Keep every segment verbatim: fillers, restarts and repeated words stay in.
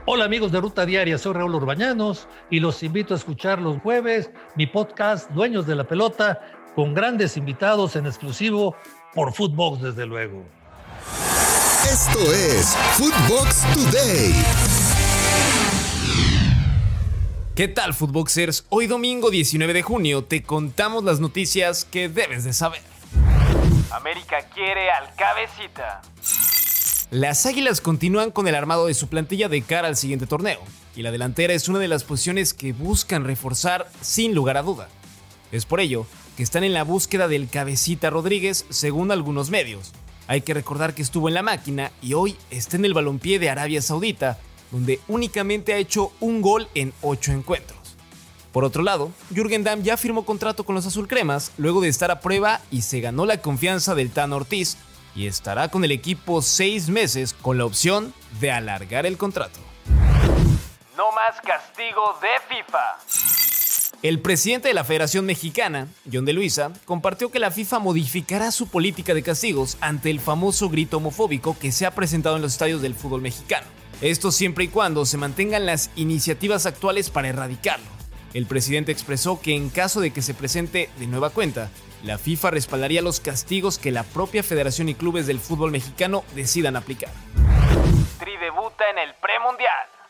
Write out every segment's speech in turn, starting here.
Hola amigos de Ruta Diaria, soy Raúl Urbañanos y los invito a escuchar los jueves mi podcast Dueños de la Pelota con grandes invitados en exclusivo por Footbox, desde luego. Esto es Footbox Today. ¿Qué tal, Footboxers? Hoy domingo diecinueve de junio te contamos las noticias que debes de saber. América quiere al Cabecita. Las Águilas continúan con el armado de su plantilla de cara al siguiente torneo, y la delantera es una de las posiciones que buscan reforzar sin lugar a duda. Es por ello que están en la búsqueda del Cabecita Rodríguez, según algunos medios. Hay que recordar que estuvo en la máquina y hoy está en el balompié de Arabia Saudita, donde únicamente ha hecho un gol en ocho encuentros. Por otro lado, Jürgen Damm ya firmó contrato con los azulcremas luego de estar a prueba y se ganó la confianza del Tan Ortiz, y estará con el equipo seis meses con la opción de alargar el contrato. No más castigo de FIFA. El presidente de la Federación Mexicana, John de Luisa, compartió que la FIFA modificará su política de castigos ante el famoso grito homofóbico que se ha presentado en los estadios del fútbol mexicano. Esto siempre y cuando se mantengan las iniciativas actuales para erradicarlo. El presidente expresó que en caso de que se presente de nueva cuenta, la FIFA respaldaría los castigos que la propia Federación y clubes del fútbol mexicano decidan aplicar. Tri debuta en el premundial.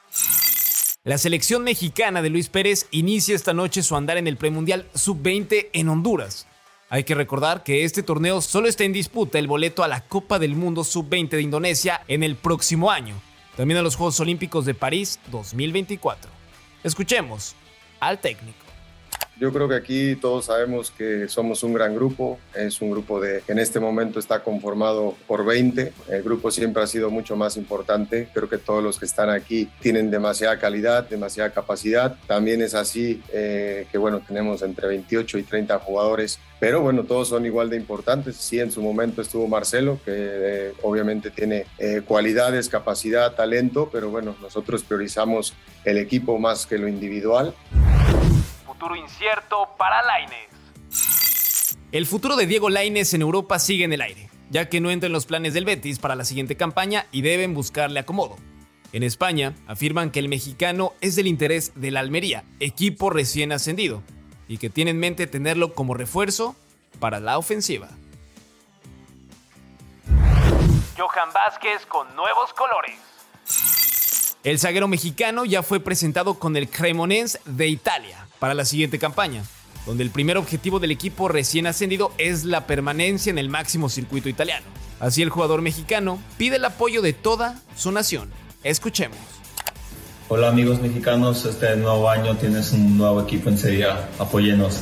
La selección mexicana de Luis Pérez inicia esta noche su andar en el premundial sub veinte en Honduras. Hay que recordar que este torneo solo está en disputa el boleto a la Copa del Mundo sub veinte de Indonesia en el próximo año, también a los Juegos Olímpicos de París dos mil veinticuatro. Escuchemos al técnico. Yo creo que aquí todos sabemos que somos un gran grupo, es un grupo de, que en este momento está conformado por veinte, el grupo siempre ha sido mucho más importante, creo que todos los que están aquí tienen demasiada calidad, demasiada capacidad, también es así eh, que bueno, tenemos entre veintiocho y treinta jugadores, pero bueno, todos son igual de importantes. Sí, en su momento estuvo Marcelo, que eh, obviamente tiene eh, cualidades, capacidad, talento, pero bueno, nosotros priorizamos el equipo más que lo individual. Futuro incierto para Lainez. El futuro de Diego Lainez en Europa sigue en el aire, ya que no entra en los planes del Betis para la siguiente campaña y deben buscarle acomodo. En España afirman que el mexicano es del interés del Almería, equipo recién ascendido, y que tiene en mente tenerlo como refuerzo para la ofensiva. Johan Vázquez con nuevos colores. El zaguero mexicano ya fue presentado con el Cremonense de Italia para la siguiente campaña, donde el primer objetivo del equipo recién ascendido es la permanencia en el máximo circuito italiano. Así el jugador mexicano pide el apoyo de toda su nación. Escuchemos. Hola amigos mexicanos, este nuevo año tienes un nuevo equipo en Serie A, apóyenos.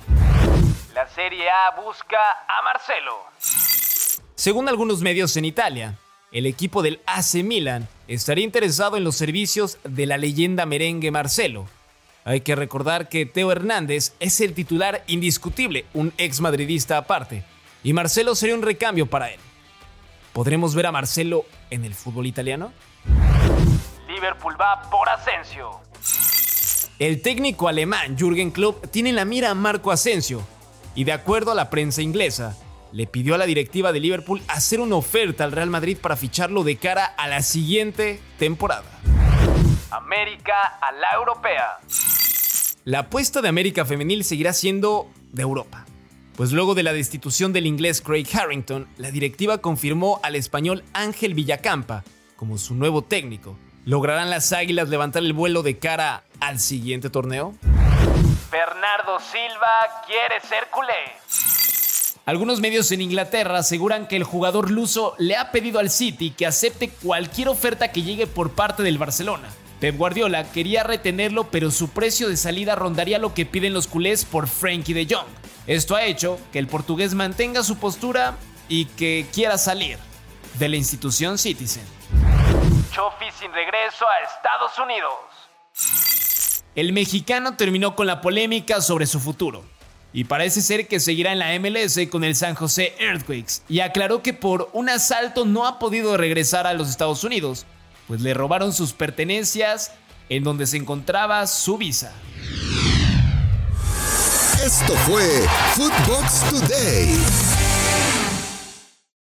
La Serie A busca a Marcelo. Según algunos medios en Italia, el equipo del A C Milan estaría interesado en los servicios de la leyenda merengue Marcelo. Hay que recordar que Teo Hernández es el titular indiscutible, un ex madridista aparte, y Marcelo sería un recambio para él. ¿Podremos ver a Marcelo en el fútbol italiano? Liverpool va por Asensio. El técnico alemán Jürgen Klopp tiene en la mira a Marco Asensio, y de acuerdo a la prensa inglesa, le pidió a la directiva de Liverpool hacer una oferta al Real Madrid para ficharlo de cara a la siguiente temporada. América a la europea. La apuesta de América femenil seguirá siendo de Europa, pues luego de la destitución del inglés Craig Harrington, la directiva confirmó al español Ángel Villacampa como su nuevo técnico. ¿Lograrán las Águilas levantar el vuelo de cara al siguiente torneo? Bernardo Silva quiere ser culé. Algunos medios en Inglaterra aseguran que el jugador luso le ha pedido al City que acepte cualquier oferta que llegue por parte del Barcelona. Pep Guardiola quería retenerlo, pero su precio de salida rondaría lo que piden los culés por Frenkie de Jong. Esto ha hecho que el portugués mantenga su postura y que quiera salir de la institución Citizen. Chofi sin regreso a Estados Unidos. El mexicano terminó con la polémica sobre su futuro y parece ser que seguirá en la M L S con el San José Earthquakes, y aclaró que por un asalto no ha podido regresar a los Estados Unidos, pues le robaron sus pertenencias en donde se encontraba su visa. Esto fue Footbox Today.